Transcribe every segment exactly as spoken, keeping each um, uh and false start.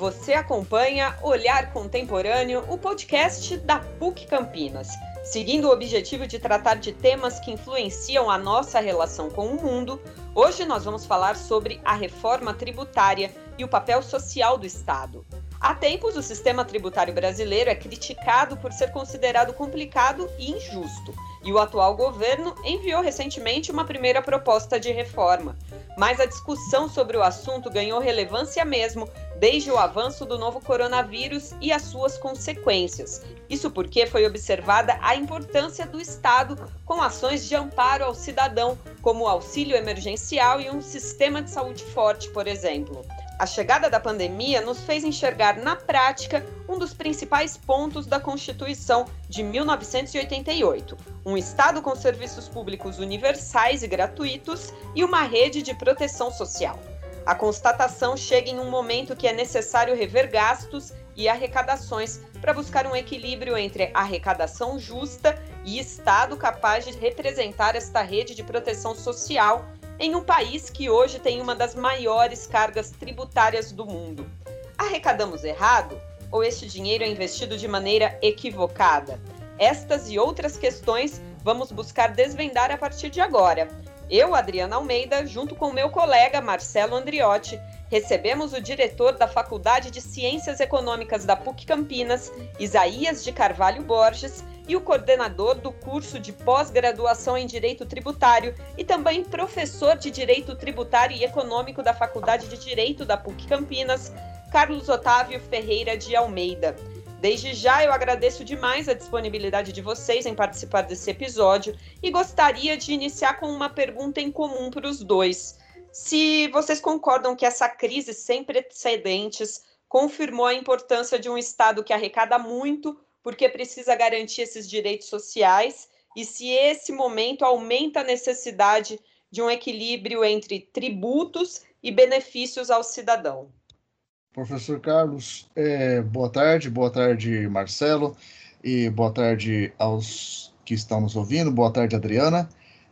Você acompanha Olhar Contemporâneo, o podcast da P U C Campinas. Seguindo o objetivo de tratar de temas que influenciam a nossa relação com o mundo, hoje nós vamos falar sobre a reforma tributária e o papel social do Estado. Há tempos, o sistema tributário brasileiro é criticado por ser considerado complicado e injusto, e o atual governo enviou recentemente uma primeira proposta de reforma. Mas a discussão sobre o assunto ganhou relevância mesmo desde o avanço do novo coronavírus e as suas consequências. Isso porque foi observada a importância do Estado com ações de amparo ao cidadão, como o auxílio emergencial e um sistema de saúde forte, por exemplo. A chegada da pandemia nos fez enxergar na prática um dos principais pontos da Constituição de mil novecentos e oitenta e oito, um Estado com serviços públicos universais e gratuitos e uma rede de proteção social. A constatação chega em um momento que é necessário rever gastos e arrecadações para buscar um equilíbrio entre arrecadação justa e Estado capaz de representar esta rede de proteção social em um país que hoje tem uma das maiores cargas tributárias do mundo. Arrecadamos errado? Ou este dinheiro é investido de maneira equivocada? Estas e outras questões vamos buscar desvendar a partir de agora. Eu, Adriana Almeida, junto com meu colega Marcelo Andriotti, recebemos o diretor da Faculdade de Ciências Econômicas da P U C Campinas, Isaías de Carvalho Borges, e o coordenador do curso de pós-graduação em Direito Tributário e também professor de Direito Tributário e Econômico da Faculdade de Direito da P U C Campinas, Carlos Otávio Ferreira de Almeida. Desde já eu agradeço demais a disponibilidade de vocês em participar desse episódio e gostaria de iniciar com uma pergunta em comum para os dois. Se vocês concordam que essa crise sem precedentes confirmou a importância de um Estado que arrecada muito porque precisa garantir esses direitos sociais, e se esse momento aumenta a necessidade de um equilíbrio entre tributos e benefícios ao cidadão. Professor Carlos, é, boa tarde, boa tarde, Marcelo, e boa tarde aos que estão nos ouvindo, boa tarde, Adriana.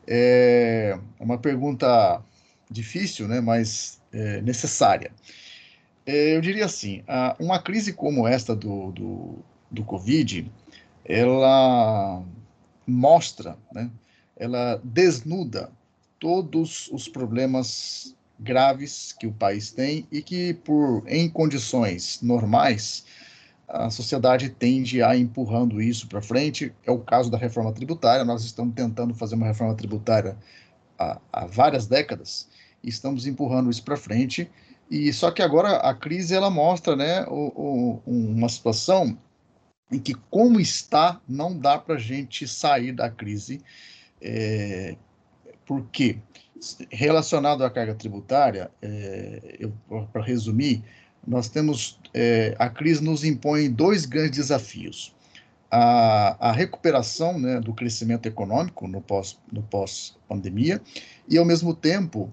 É uma pergunta difícil, né, mas é, necessária. É, eu diria assim, uma crise como esta do, do do Covid, ela mostra, né, ela desnuda todos os problemas graves que o país tem e que, por, em condições normais, a sociedade tende a ir empurrando isso para frente. É o caso da reforma tributária. Nós estamos tentando fazer uma reforma tributária há, há várias décadas e estamos empurrando isso para frente. E só que agora a crise ela mostra, né, o, o, uma situação em que, como está, não dá para a gente sair da crise. É, por quê? Relacionado à carga tributária, é, para resumir, nós temos, é, a crise nos impõe dois grandes desafios. A, a recuperação, né, do crescimento econômico no pós, no pós-pandemia e, ao mesmo tempo,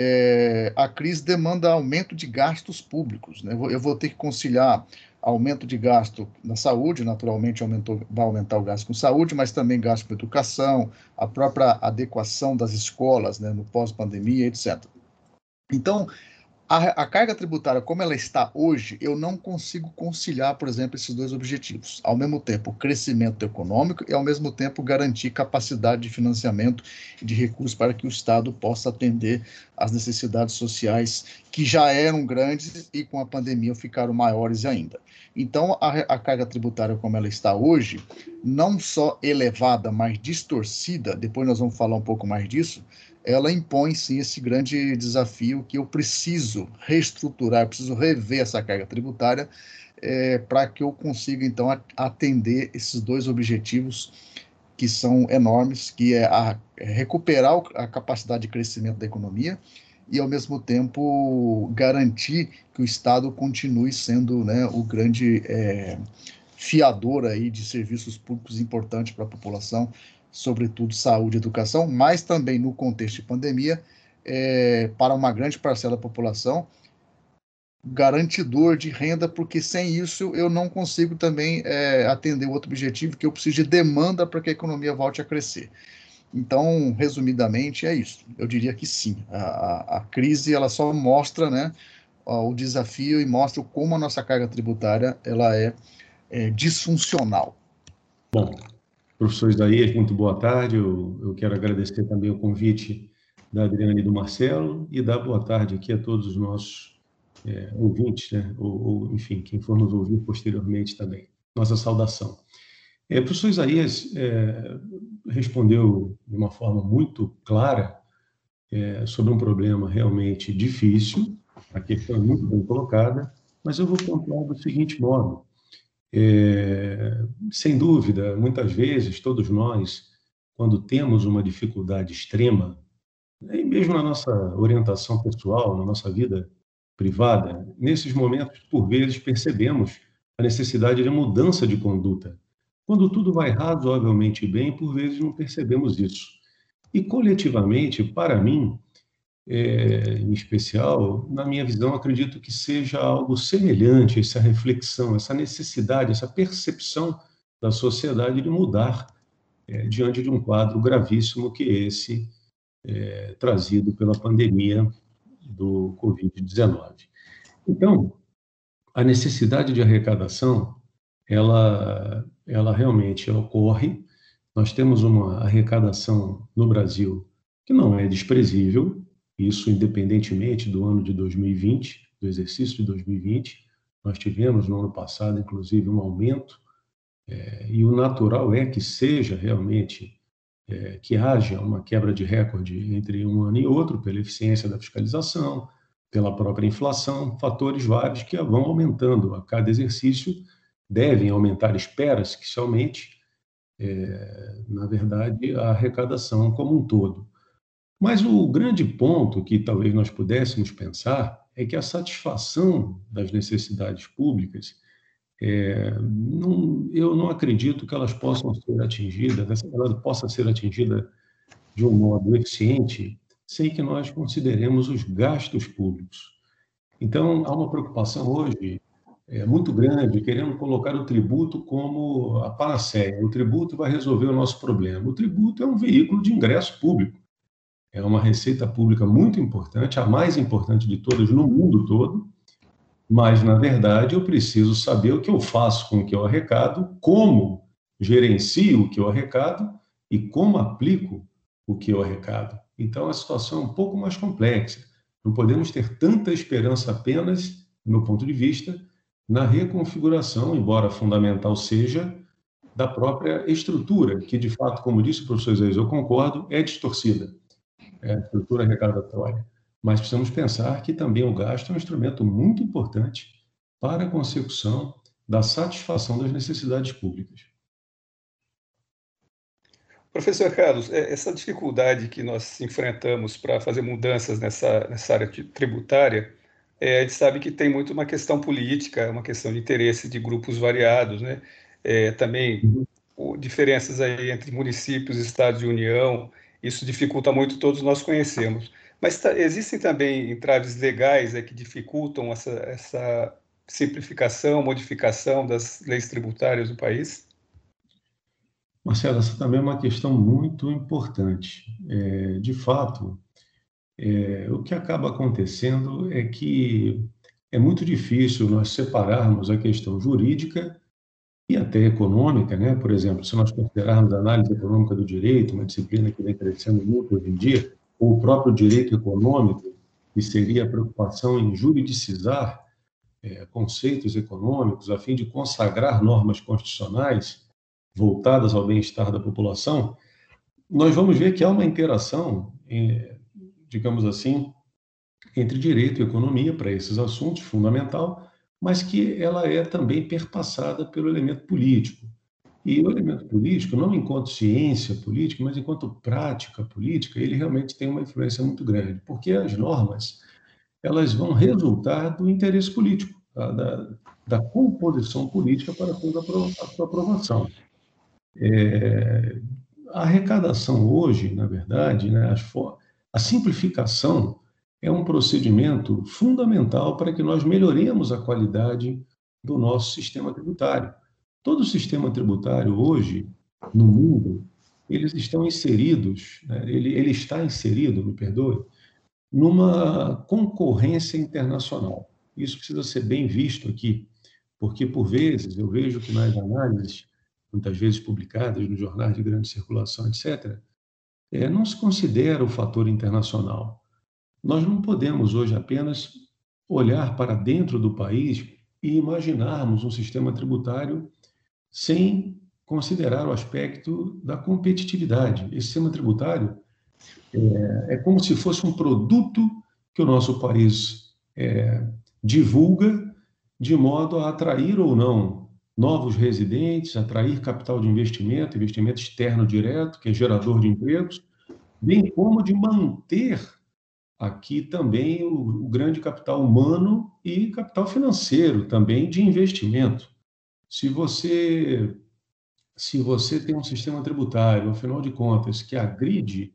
é, a crise demanda aumento de gastos públicos, né? Eu vou, eu vou ter que conciliar aumento de gasto na saúde, naturalmente aumentou, vai aumentar o gasto com saúde, mas também gasto com educação, a própria adequação das escolas, né, no pós-pandemia, etcétera. Então, a, a carga tributária, como ela está hoje, eu não consigo conciliar, por exemplo, esses dois objetivos. Ao mesmo tempo, crescimento econômico e, ao mesmo tempo, garantir capacidade de financiamento e de recursos para que o Estado possa atender às necessidades sociais que já eram grandes e, com a pandemia, ficaram maiores ainda. Então, a, a carga tributária, como ela está hoje, não só elevada, mas distorcida, depois nós vamos falar um pouco mais disso, ela impõe, sim, esse grande desafio que eu preciso reestruturar, eu preciso rever essa carga tributária é, para que eu consiga, então, atender esses dois objetivos que são enormes, que é a, é recuperar a capacidade de crescimento da economia e, ao mesmo tempo, garantir que o Estado continue sendo, né, o grande é, fiador aí de serviços públicos importantes para a população, sobretudo saúde e educação, mas também no contexto de pandemia, é, para uma grande parcela da população, garantidor de renda, porque sem isso eu não consigo também é, atender o outro objetivo, que eu preciso de demanda para que a economia volte a crescer. Então, resumidamente, é isso. Eu diria que sim. A, a, a crise ela só mostra, né, ó, o desafio e mostram como a nossa carga tributária ela é, é disfuncional. Bom, professor Isaías, muito boa tarde. Eu, eu quero agradecer também o convite da Adriana e do Marcelo e dar boa tarde aqui a todos os nossos é, ouvintes, né? ou, ou, enfim, quem for nos ouvir posteriormente também. Nossa saudação. É, o professor Isaías é, respondeu de uma forma muito clara é, sobre um problema realmente difícil, a questão é muito bem colocada, mas eu vou pontuar do seguinte modo. É, sem dúvida, muitas vezes, todos nós, quando temos uma dificuldade extrema, e mesmo na nossa orientação pessoal, na nossa vida privada, nesses momentos, por vezes, percebemos a necessidade de mudança de conduta. Quando tudo vai razoavelmente bem, por vezes não percebemos isso. E, coletivamente, para mim, é, em especial, na minha visão, acredito que seja algo semelhante, essa reflexão, essa necessidade, essa percepção da sociedade de mudar é, diante de um quadro gravíssimo que esse é, trazido pela pandemia do covid dezenove. Então, a necessidade de arrecadação, ela, ela realmente ocorre. Nós temos uma arrecadação no Brasil que não é desprezível, isso independentemente do ano de dois mil e vinte, do exercício de dois mil e vinte. Nós tivemos no ano passado, inclusive, um aumento, é, e o natural é que seja realmente, é, que haja uma quebra de recorde entre um ano e outro, pela eficiência da fiscalização, pela própria inflação, fatores vários que vão aumentando a cada exercício, devem aumentar, espera-se que se aumente, é, na verdade, a arrecadação como um todo. Mas o grande ponto que talvez nós pudéssemos pensar é que a satisfação das necessidades públicas, é, não, eu não acredito que elas possam ser atingidas, ela possa ser atingida de um modo eficiente, sem que nós consideremos os gastos públicos. Então, há uma preocupação hoje é, muito grande, querendo colocar o tributo como a panaceia. O tributo vai resolver o nosso problema. O tributo é um veículo de ingresso público. É uma receita pública muito importante, a mais importante de todas no mundo todo, mas, na verdade, eu preciso saber o que eu faço com o que eu arrecado, como gerencio o que eu arrecado e como aplico o que eu arrecado. Então, a situação é um pouco mais complexa. Não podemos ter tanta esperança apenas, do meu ponto de vista, na reconfiguração, embora fundamental seja, da própria estrutura, que, de fato, como disse o professor Isaías, eu concordo, é distorcida. É a estrutura arrecadatória. Mas precisamos pensar que também o gasto é um instrumento muito importante para a consecução da satisfação das necessidades públicas. Professor Carlos, essa dificuldade que nós enfrentamos para fazer mudanças nessa, nessa área tributária, é, a gente sabe que tem muito uma questão política, uma questão de interesse de grupos variados, né? É, também uhum. diferenças aí entre municípios, estados e União, isso dificulta muito, todos nós conhecemos. Mas tá, existem também entraves legais é, que dificultam essa, essa simplificação, modificação das leis tributárias do país? Marcelo, essa também é uma questão muito importante. É, de fato, é, o que acaba acontecendo é que é muito difícil nós separarmos a questão jurídica e até econômica, né? Por exemplo, se nós considerarmos a análise econômica do direito, uma disciplina que vem crescendo muito hoje em dia, ou o próprio direito econômico, que seria a preocupação em juridicizar é, conceitos econômicos a fim de consagrar normas constitucionais voltadas ao bem-estar da população, nós vamos ver que há uma interação, é, digamos assim, entre direito e economia para esses assuntos, fundamental, mas que ela é também perpassada pelo elemento político. E o elemento político, não enquanto ciência política, mas enquanto prática política, ele realmente tem uma influência muito grande, porque as normas elas vão resultar do interesse político, tá? da, da composição política para toda a sua aprovação. É, a arrecadação hoje, na verdade, né, as, a simplificação é um procedimento fundamental para que nós melhoremos a qualidade do nosso sistema tributário. Todo o sistema tributário hoje, no mundo, eles estão inseridos, né, ele, ele está inserido, me perdoe, numa concorrência internacional. isso precisa ser bem visto aqui, porque, por vezes, eu vejo que nas análises, muitas vezes publicadas nos jornais de grande circulação, etcétera, é, não se considera o fator internacional. Nós não podemos hoje apenas olhar para dentro do país e imaginarmos um sistema tributário sem considerar o aspecto da competitividade. Esse sistema tributário é, é como se fosse um produto que o nosso país é, divulga de modo a atrair ou não novos residentes, atrair capital de investimento, investimento externo direto, que é gerador de empregos, bem como de manter aqui também o, o grande capital humano e capital financeiro também de investimento. Se você, se você tem um sistema tributário, afinal de contas, que agride,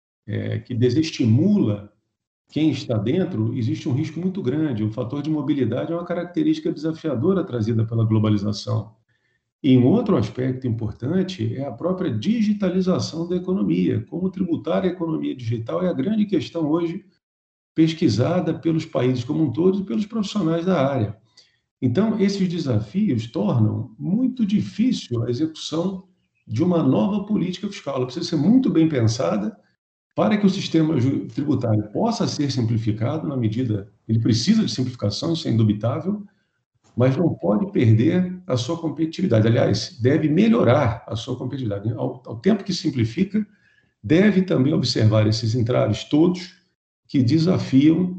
é, que desestimula quem está dentro, existe um risco muito grande. O fator de mobilidade é uma característica desafiadora trazida pela globalização. E um outro aspecto importante é a própria digitalização da economia. Como tributar a economia digital é a grande questão hoje pesquisada pelos países como um todo e pelos profissionais da área. Então, esses desafios tornam muito difícil a execução de uma nova política fiscal. Ela precisa ser muito bem pensada para que o sistema tributário possa ser simplificado na medida... Ele precisa de simplificação, isso é indubitável, mas não pode perder a sua competitividade. Aliás, deve melhorar a sua competitividade. Ao, ao tempo que simplifica, deve também observar esses entraves todos que desafiam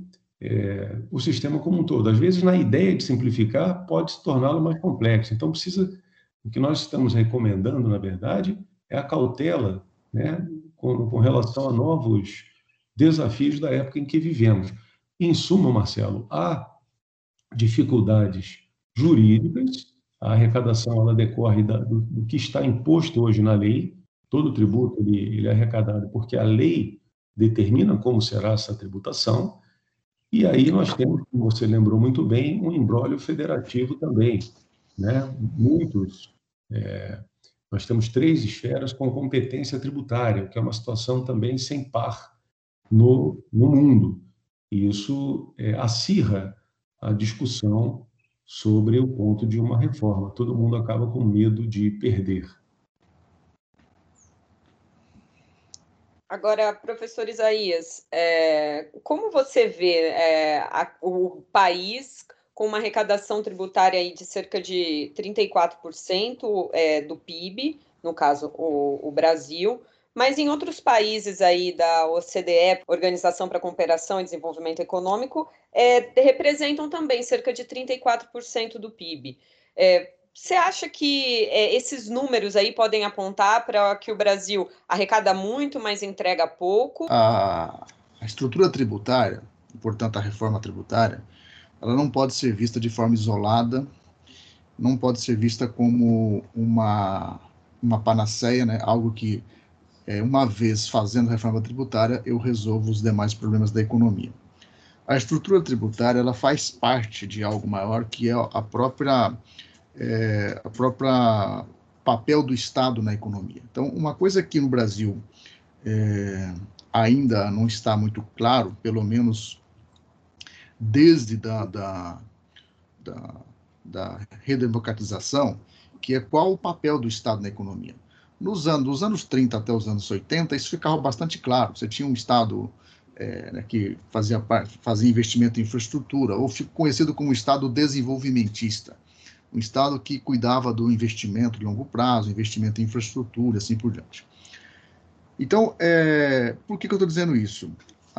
é, o sistema como um todo. Às vezes, na ideia de simplificar, pode se torná-lo mais complexo. Então, precisa... O que nós estamos recomendando, na verdade, é a cautela, né, com, com relação a novos desafios da época em que vivemos. Em suma, Marcelo, há dificuldades jurídicas. A arrecadação ela decorre da, do, do que está imposto hoje na lei. Todo tributo ele, ele é arrecadado porque a lei determina como será essa tributação. E aí nós temos, como você lembrou muito bem, um imbróglio federativo também, né? Muitos, é, nós temos três esferas com competência tributária, que é uma situação também sem par no, no mundo. E isso é, acirra a discussão sobre o ponto de uma reforma. Todo mundo acaba com medo de perder. Agora, professor Isaías, é, como você vê é, a, o país com uma arrecadação tributária aí de cerca de trinta e quatro por cento é, do P I B, no caso o, o Brasil, mas em outros países aí da O C D E, Organização para a Cooperação e Desenvolvimento Econômico, é, representam também cerca de trinta e quatro por cento do P I B. É, Você acha que é, esses números aí podem apontar para que o Brasil arrecada muito, mas entrega pouco? A, a estrutura tributária, portanto a reforma tributária, ela não pode ser vista de forma isolada, não pode ser vista como uma, uma panaceia, né? Algo que, é, uma vez fazendo a reforma tributária, eu resolvo os demais problemas da economia. A estrutura tributária ela faz parte de algo maior, que é a própria... É, a própria papel do Estado na economia. Então, uma coisa que no Brasil é, ainda não está muito claro, pelo menos desde da, da, da, da redemocratização, que é qual o papel do Estado na economia. Nos anos, dos anos trinta até os anos oitenta, isso ficava bastante claro. Você tinha um Estado é, né, que fazia, fazia investimento em infraestrutura, ou ficou conhecido como Estado desenvolvimentista. Um Estado que cuidava do investimento de longo prazo, investimento em infraestrutura, assim por diante. Então, é, por que, que eu estou dizendo isso?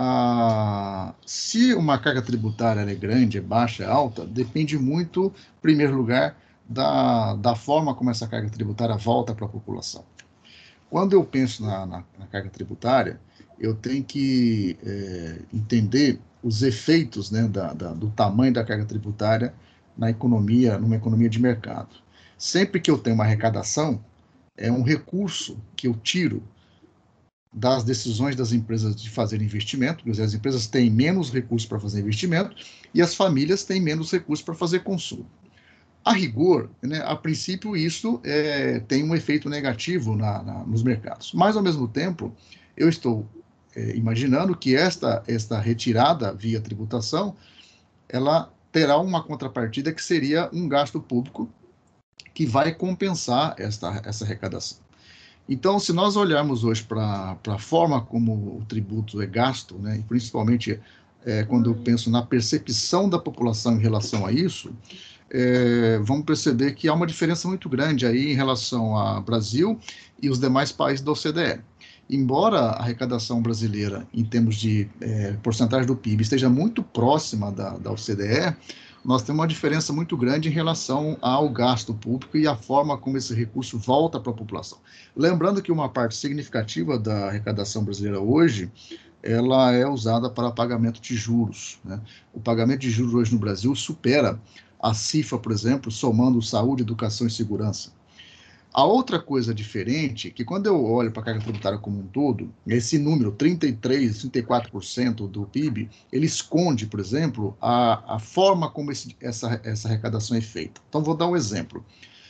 Ah, se uma carga tributária é grande, é baixa, é alta, depende muito, em primeiro lugar, da, da forma como essa carga tributária volta para a população. Quando eu penso na, na, na carga tributária, eu tenho que é, entender os efeitos, né, da, da, do tamanho da carga tributária na economia, numa economia de mercado. Sempre que eu tenho uma arrecadação, é um recurso que eu tiro das decisões das empresas de fazer investimento, porque as empresas têm menos recursos para fazer investimento e as famílias têm menos recursos para fazer consumo. A rigor, né, a princípio, isso é, tem um efeito negativo na, na, nos mercados. Mas, ao mesmo tempo, eu estou é, imaginando que esta, esta retirada via tributação, ela terá uma contrapartida que seria um gasto público que vai compensar esta, essa arrecadação. Então, se nós olharmos hoje para a forma como o tributo é gasto, né, e principalmente é, quando eu penso na percepção da população em relação a isso, é, vamos perceber que há uma diferença muito grande aí em relação ao Brasil e os demais países da O C D E. Embora a arrecadação brasileira, em termos de é, porcentagem do P I B, esteja muito próxima da, da O C D E, nós temos uma diferença muito grande em relação ao gasto público e a forma como esse recurso volta para a população. Lembrando que uma parte significativa da arrecadação brasileira hoje, ela é usada para pagamento de juros, né? O pagamento de juros hoje no Brasil supera a cifra, por exemplo, somando saúde, educação e segurança. A outra coisa diferente, que quando eu olho para a carga tributária como um todo, esse número, trinta e três, trinta e quatro por cento do P I B, ele esconde, por exemplo, a, a forma como esse, essa, essa arrecadação é feita. Então, vou dar um exemplo.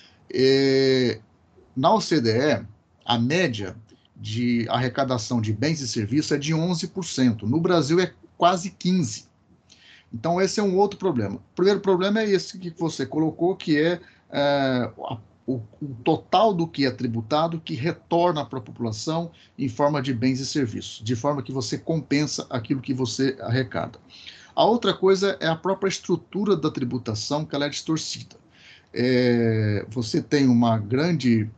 É, na O C D E, a média de arrecadação de bens e serviços é de onze por cento. No Brasil, é quase quinze por cento. Então, esse é um outro problema. O primeiro problema é esse que você colocou, que é, é a O, o total do que é tributado que retorna para a população em forma de bens e serviços, de forma que você compensa aquilo que você arrecada. A outra coisa é a própria estrutura da tributação, que ela é distorcida. É, você tem uma grande...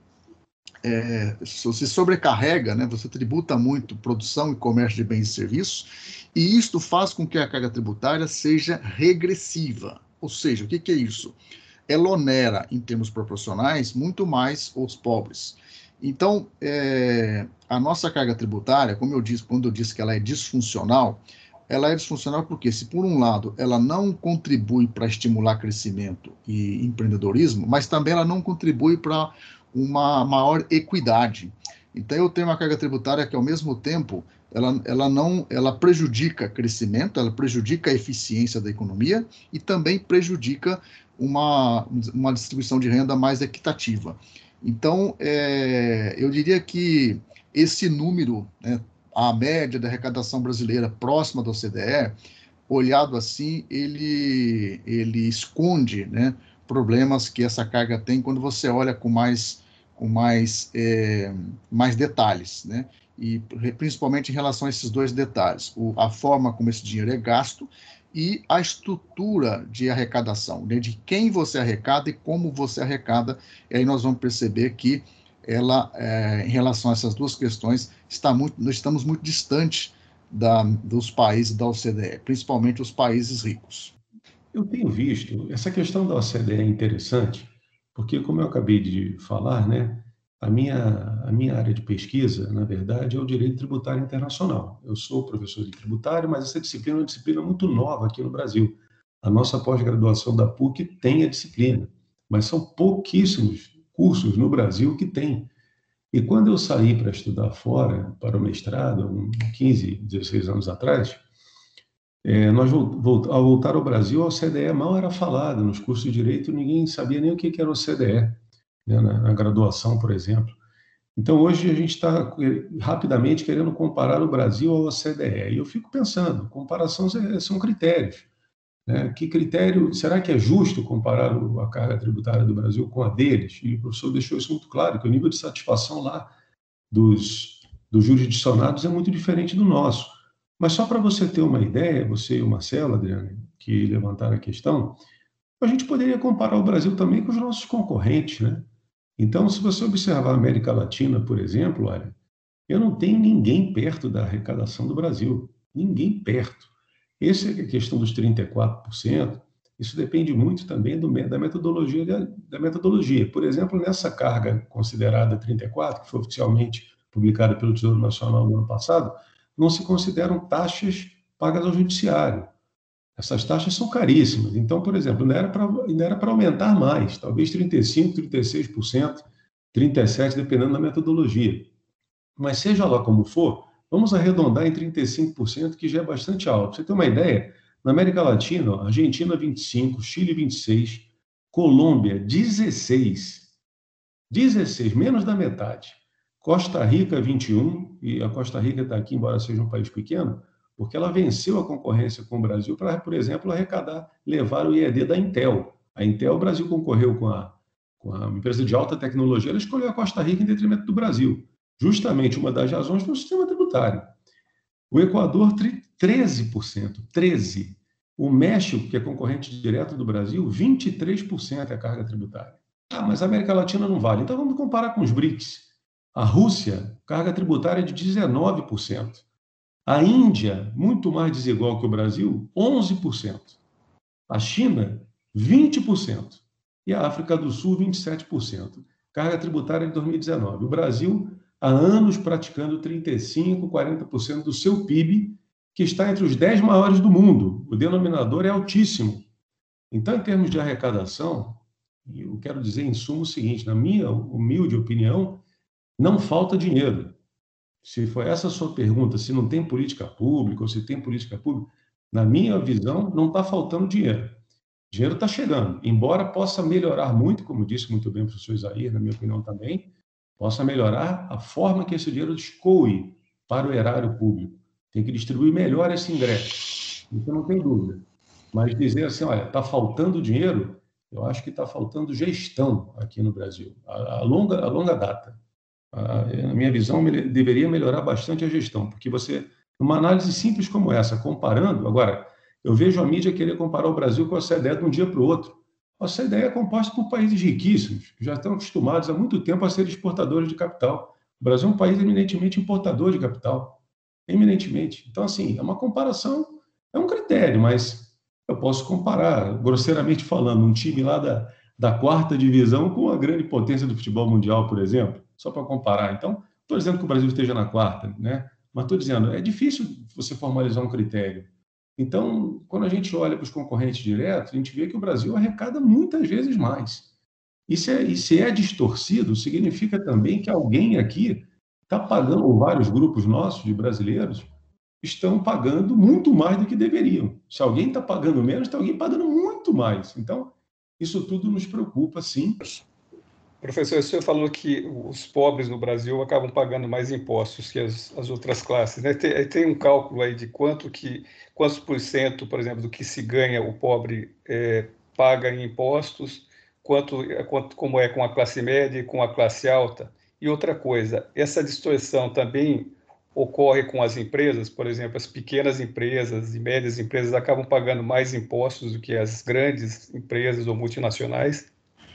É, você sobrecarrega, né, você tributa muito produção e comércio de bens e serviços, e isto faz com que a carga tributária seja regressiva. Ou seja, o que, que é isso? Ela onera, em termos proporcionais, muito mais os pobres. Então, é, a nossa carga tributária, como eu disse, quando eu disse que ela é disfuncional, ela é disfuncional porque, se por um lado ela não contribui para estimular crescimento e empreendedorismo, mas também ela não contribui para uma maior equidade. Então, eu tenho uma carga tributária que, ao mesmo tempo, ela, ela, não, ela prejudica crescimento, ela prejudica a eficiência da economia e também prejudica uma, uma distribuição de renda mais equitativa. Então, é, eu diria que esse número, né, a média da arrecadação brasileira próxima da O C D E, olhado assim, ele, ele esconde, né, problemas que essa carga tem quando você olha com mais, com mais, é, mais detalhes, né? E principalmente em relação a esses dois detalhes, o, a forma como esse dinheiro é gasto e a estrutura de arrecadação, né, de quem você arrecada e como você arrecada. E aí nós vamos perceber que ela, é, em relação a essas duas questões, está muito, nós estamos muito distantes da, dos países da O C D E, principalmente os países ricos. Eu tenho visto, essa questão da O C D E é interessante, porque, como eu acabei de falar, né, a minha, a minha área de pesquisa, na verdade, é o direito tributário internacional. Eu sou professor de tributário, mas essa disciplina é uma disciplina muito nova aqui no Brasil. A nossa pós-graduação da P U C tem a disciplina, mas são pouquíssimos cursos no Brasil que tem. E quando eu saí para estudar fora, para o mestrado, uns quinze, dezesseis anos atrás, é, nós volt, ao voltar ao Brasil, a O C D E mal era falada nos cursos de direito, ninguém sabia nem o que era o O C D E, né, na, na graduação, por exemplo. Então, hoje a gente está rapidamente querendo comparar o Brasil ao O C D E. E eu fico pensando, comparação são critérios. Né? Que critério, será que é justo comparar a carga tributária do Brasil com a deles? E o professor deixou isso muito claro, que o nível de satisfação lá dos, dos jurisdicionados é muito diferente do nosso. Mas só para você ter uma ideia, você e o Marcelo, Adriana, que levantaram a questão, a gente poderia comparar o Brasil também com os nossos concorrentes, né? Então, se você observar a América Latina, por exemplo, olha, eu não tenho ninguém perto da arrecadação do Brasil, ninguém perto. Essa é a questão dos trinta e quatro por cento, isso depende muito também do, da, metodologia, da metodologia. Por exemplo, nessa carga considerada trinta e quatro, que foi oficialmente publicada pelo Tesouro Nacional no ano passado, não se consideram taxas pagas ao judiciário. Essas taxas são caríssimas. Então, por exemplo, ainda era para, ainda era para aumentar mais, talvez trinta e cinco por cento, trinta e seis por cento, trinta e sete por cento, dependendo da metodologia. Mas seja lá como for, vamos arredondar em trinta e cinco por cento, que já é bastante alto. Para você ter uma ideia, na América Latina, ó, Argentina vinte e cinco por cento, Chile vinte e seis por cento, Colômbia dezesseis por cento, dezesseis por cento, menos da metade. Costa Rica vinte e um por cento, e a Costa Rica está aqui, embora seja um país pequeno, porque ela venceu a concorrência com o Brasil para, por exemplo, arrecadar, levar o I E D da Intel. A Intel, o Brasil concorreu com a, com a empresa de alta tecnologia, ela escolheu a Costa Rica em detrimento do Brasil. Justamente uma das razões foi o sistema tributário. O Equador, treze por cento, treze por cento. O México, que é concorrente direto do Brasil, vinte e três por cento é a carga tributária. Ah, mas a América Latina não vale. Então vamos comparar com os BRICS. A Rússia, carga tributária de dezenove por cento. A Índia, muito mais desigual que o Brasil, onze por cento. A China, vinte por cento. E a África do Sul, vinte e sete por cento. Carga tributária de dois mil e dezenove. O Brasil, há anos praticando trinta e cinco por cento, quarenta por cento do seu P I B, que está entre os dez maiores do mundo. O denominador é altíssimo. Então, em termos de arrecadação, eu quero dizer, em suma, o seguinte: na minha humilde opinião, não falta dinheiro. Se foi essa a sua pergunta, se não tem política pública ou se tem política pública, na minha visão, não está faltando dinheiro. Dinheiro está chegando, embora possa melhorar muito, como disse muito bem o professor Isaías, na minha opinião também, possa melhorar a forma que esse dinheiro escoe para o erário público. Tem que distribuir melhor esse ingresso, isso não tem dúvida. Mas dizer assim, olha, está faltando dinheiro, eu acho que está faltando gestão aqui no Brasil, a, a, longa, a longa data. A, na minha visão, me, deveria melhorar bastante a gestão, porque você, numa análise simples como essa, comparando, agora, eu vejo a mídia querer comparar o Brasil com a O C D E de um dia para o outro. A O C D E é composta por países riquíssimos, que já estão acostumados há muito tempo a ser exportadores de capital. O Brasil é um país eminentemente importador de capital. Eminentemente. Então, assim, é uma comparação, é um critério, mas eu posso comparar, grosseiramente falando, um time lá da, da quarta divisão com a grande potência do futebol mundial, por exemplo, só para comparar. Então, estou dizendo que o Brasil esteja na quarta, né? Mas estou dizendo, é difícil você formalizar um critério. Então, quando a gente olha para os concorrentes diretos, a gente vê que o Brasil arrecada muitas vezes mais. E se é, e se é distorcido, significa também que alguém aqui está pagando, ou vários grupos nossos de brasileiros estão pagando muito mais do que deveriam. Se alguém está pagando menos, tem alguém pagando muito mais. Então, isso tudo nos preocupa, sim. Professor, o senhor falou que os pobres no Brasil acabam pagando mais impostos que as, as outras classes, né? Tem, tem um cálculo aí de quanto que, quantos por cento, por exemplo, do que se ganha o pobre é, paga em impostos, quanto, quanto como é com a classe média e com a classe alta. E outra coisa, essa distorção também ocorre com as empresas, por exemplo, as pequenas empresas e médias empresas acabam pagando mais impostos do que as grandes empresas ou multinacionais?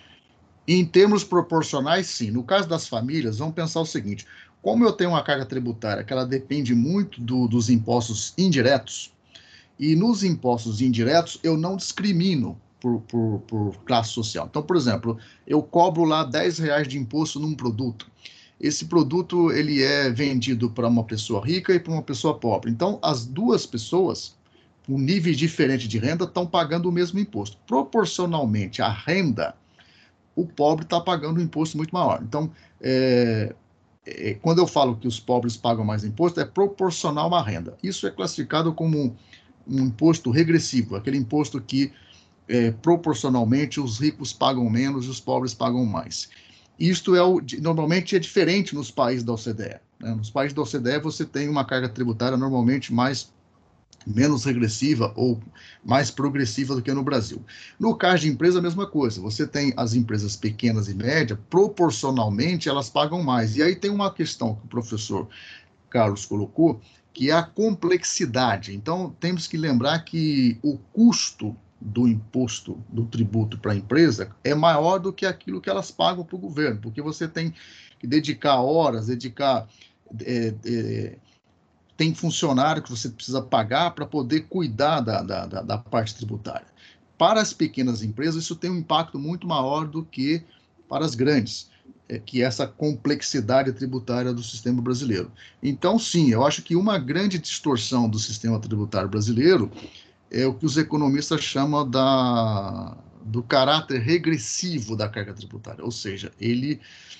Em termos proporcionais, sim. No caso das famílias, vamos pensar o seguinte: como eu tenho uma carga tributária que ela depende muito do, dos impostos indiretos, e nos impostos indiretos eu não discrimino por, por, por classe social. Então, por exemplo, eu cobro lá dez reais de imposto num produto. Esse produto ele é vendido para uma pessoa rica e para uma pessoa pobre. Então, as duas pessoas, com níveis diferentes de renda, estão pagando o mesmo imposto. Proporcionalmente à renda, o pobre está pagando um imposto muito maior. Então, é, é, quando eu falo que os pobres pagam mais imposto, é proporcional à renda. Isso é classificado como um, um imposto regressivo, aquele imposto que, é, proporcionalmente, os ricos pagam menos e os pobres pagam mais. Isto é o, normalmente é diferente nos países da O C D E. Né? Nos países da O C D E, você tem uma carga tributária normalmente mais menos regressiva ou mais progressiva do que no Brasil. No caso de empresa, a mesma coisa. Você tem as empresas pequenas e médias, proporcionalmente, elas pagam mais. E aí tem uma questão que o professor Carlos colocou, que é a complexidade. Então, temos que lembrar que o custo do imposto, do tributo para a empresa, é maior do que aquilo que elas pagam para o governo, porque você tem que dedicar horas, dedicar... É, é, tem funcionário que você precisa pagar para poder cuidar da, da, da, da parte tributária. Para as pequenas empresas, isso tem um impacto muito maior do que para as grandes, é, que é essa complexidade tributária do sistema brasileiro. Então, sim, eu acho que uma grande distorção do sistema tributário brasileiro é o que os economistas chamam da, do caráter regressivo da carga tributária, ou seja, ele...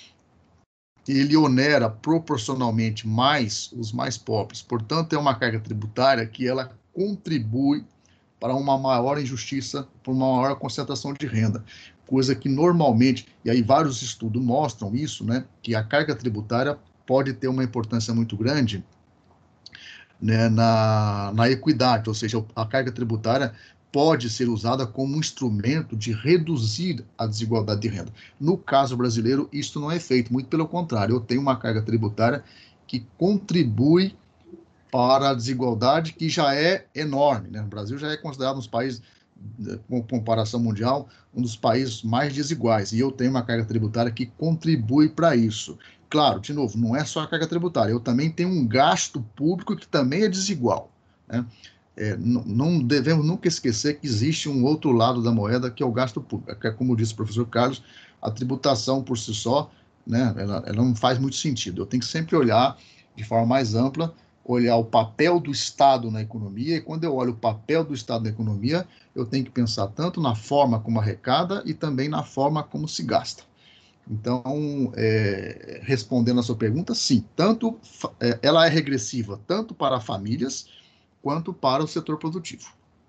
ele onera proporcionalmente mais os mais pobres. Portanto, é uma carga tributária que ela contribui para uma maior injustiça, para uma maior concentração de renda. Coisa que normalmente, e aí vários estudos mostram isso, né, que a carga tributária pode ter uma importância muito grande né, na, na equidade, ou seja, a carga tributária pode ser usada como um instrumento de reduzir a desigualdade de renda. No caso brasileiro, isso não é feito, muito pelo contrário, eu tenho uma carga tributária que contribui para a desigualdade, que já é enorme, né? O Brasil já é considerado um dos países, com comparação mundial, um dos países mais desiguais, e eu tenho uma carga tributária que contribui para isso. Claro, de novo, não é só a carga tributária, eu também tenho um gasto público que também é desigual, né? É, não devemos nunca esquecer que existe um outro lado da moeda, que é o gasto público, que é, como disse o professor Carlos, a tributação por si só, né, ela, ela não faz muito sentido. Eu tenho que sempre olhar de forma mais ampla, olhar o papel do Estado na economia, e quando eu olho o papel do Estado na economia, eu tenho que pensar tanto na forma como arrecada e também na forma como se gasta. Então, é, respondendo a sua pergunta, sim, tanto é, ela é regressiva tanto para famílias quanto para o setor produtivo.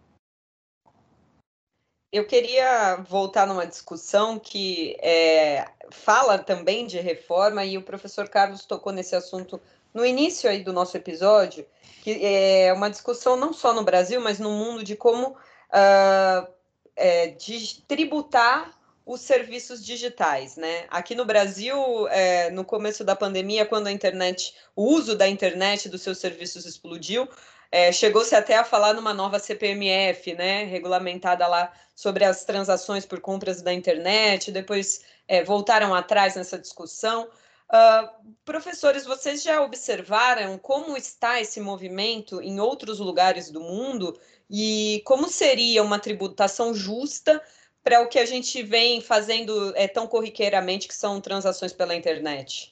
Eu queria voltar numa discussão que é, fala também de reforma, e o professor Carlos tocou nesse assunto no início aí do nosso episódio, que é uma discussão não só no Brasil, mas no mundo, de como uh, é, de tributar os serviços digitais, né? Aqui no Brasil, é, no começo da pandemia, quando a internet, o uso da internet dos seus serviços explodiu, é, chegou-se até a falar numa nova C P M F, né, regulamentada lá sobre as transações por compras da internet, depois é, voltaram atrás nessa discussão. Uh, professores, vocês já observaram como está esse movimento em outros lugares do mundo e como seria uma tributação justa para o que a gente vem fazendo é, tão corriqueiramente, que são transações pela internet?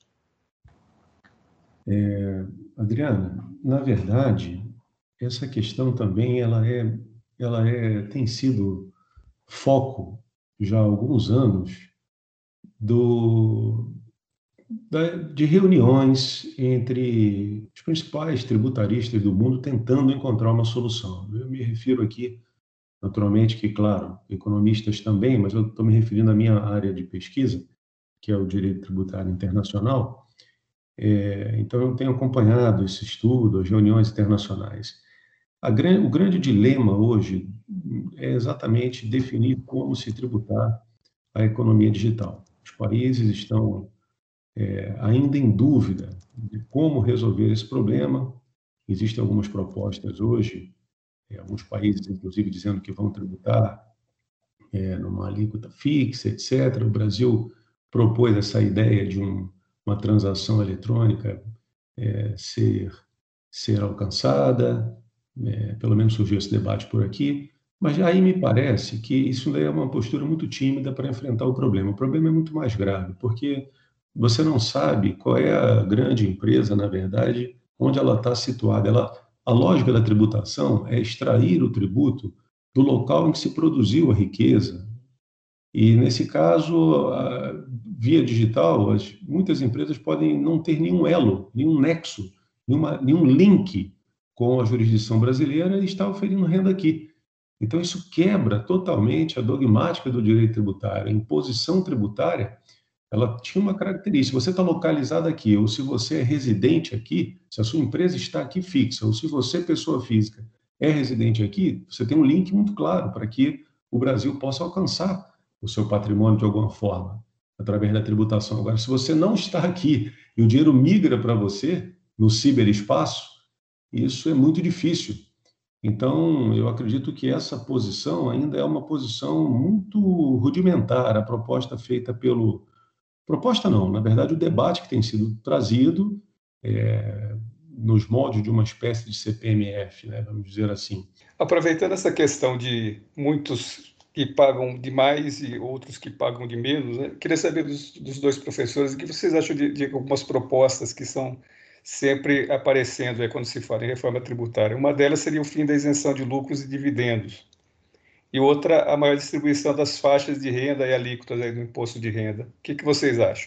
É, Adriana, na verdade, essa questão também ela é, ela é, tem sido foco já há alguns anos do, da, de reuniões entre os principais tributaristas do mundo tentando encontrar uma solução. Eu me refiro aqui, naturalmente, que, claro, economistas também, mas eu estou me referindo à minha área de pesquisa, que é o direito tributário internacional. É, então, eu tenho acompanhado esse estudo, as reuniões internacionais. A, o grande dilema hoje é exatamente definir como se tributar a economia digital. Os países estão é, ainda em dúvida de como resolver esse problema. Existem algumas propostas hoje, é, alguns países, inclusive, dizendo que vão tributar é, numa alíquota fixa, etcétera. O Brasil propôs essa ideia de um, uma transação eletrônica é, ser, ser alcançada, é, pelo menos surgiu esse debate por aqui, mas aí me parece que isso é uma postura muito tímida para enfrentar o problema. O problema é muito mais grave, porque você não sabe qual é a grande empresa, na verdade, onde ela está situada. Ela, a lógica da tributação é extrair o tributo do local em que se produziu a riqueza. E, nesse caso, a, via digital, as, muitas empresas podem não ter nenhum elo, nenhum nexo, nenhuma, nenhum link com a jurisdição brasileira e estar oferindo renda aqui. Então, isso quebra totalmente a dogmática do direito tributário. A imposição tributária, ela tinha uma característica: se você está localizado aqui, ou se você é residente aqui, se a sua empresa está aqui fixa, ou se você, pessoa física, é residente aqui, você tem um link muito claro para que o Brasil possa alcançar o seu patrimônio de alguma forma, através da tributação. Agora, se você não está aqui e o dinheiro migra para você no ciberespaço, isso é muito difícil. Então, eu acredito que essa posição ainda é uma posição muito rudimentar. A proposta feita pelo... Proposta não, na verdade, o debate que tem sido trazido é, nos moldes de uma espécie de C P M F, né, vamos dizer assim. Aproveitando essa questão de muitos que pagam demais e outros que pagam de menos, né, queria saber dos, dos dois professores o que vocês acham de, de algumas propostas que são sempre aparecendo é, quando se fala em reforma tributária. Uma delas seria o fim da isenção de lucros e dividendos. E outra, a maior distribuição das faixas de renda e alíquotas aí do imposto de renda. O que, que vocês acham?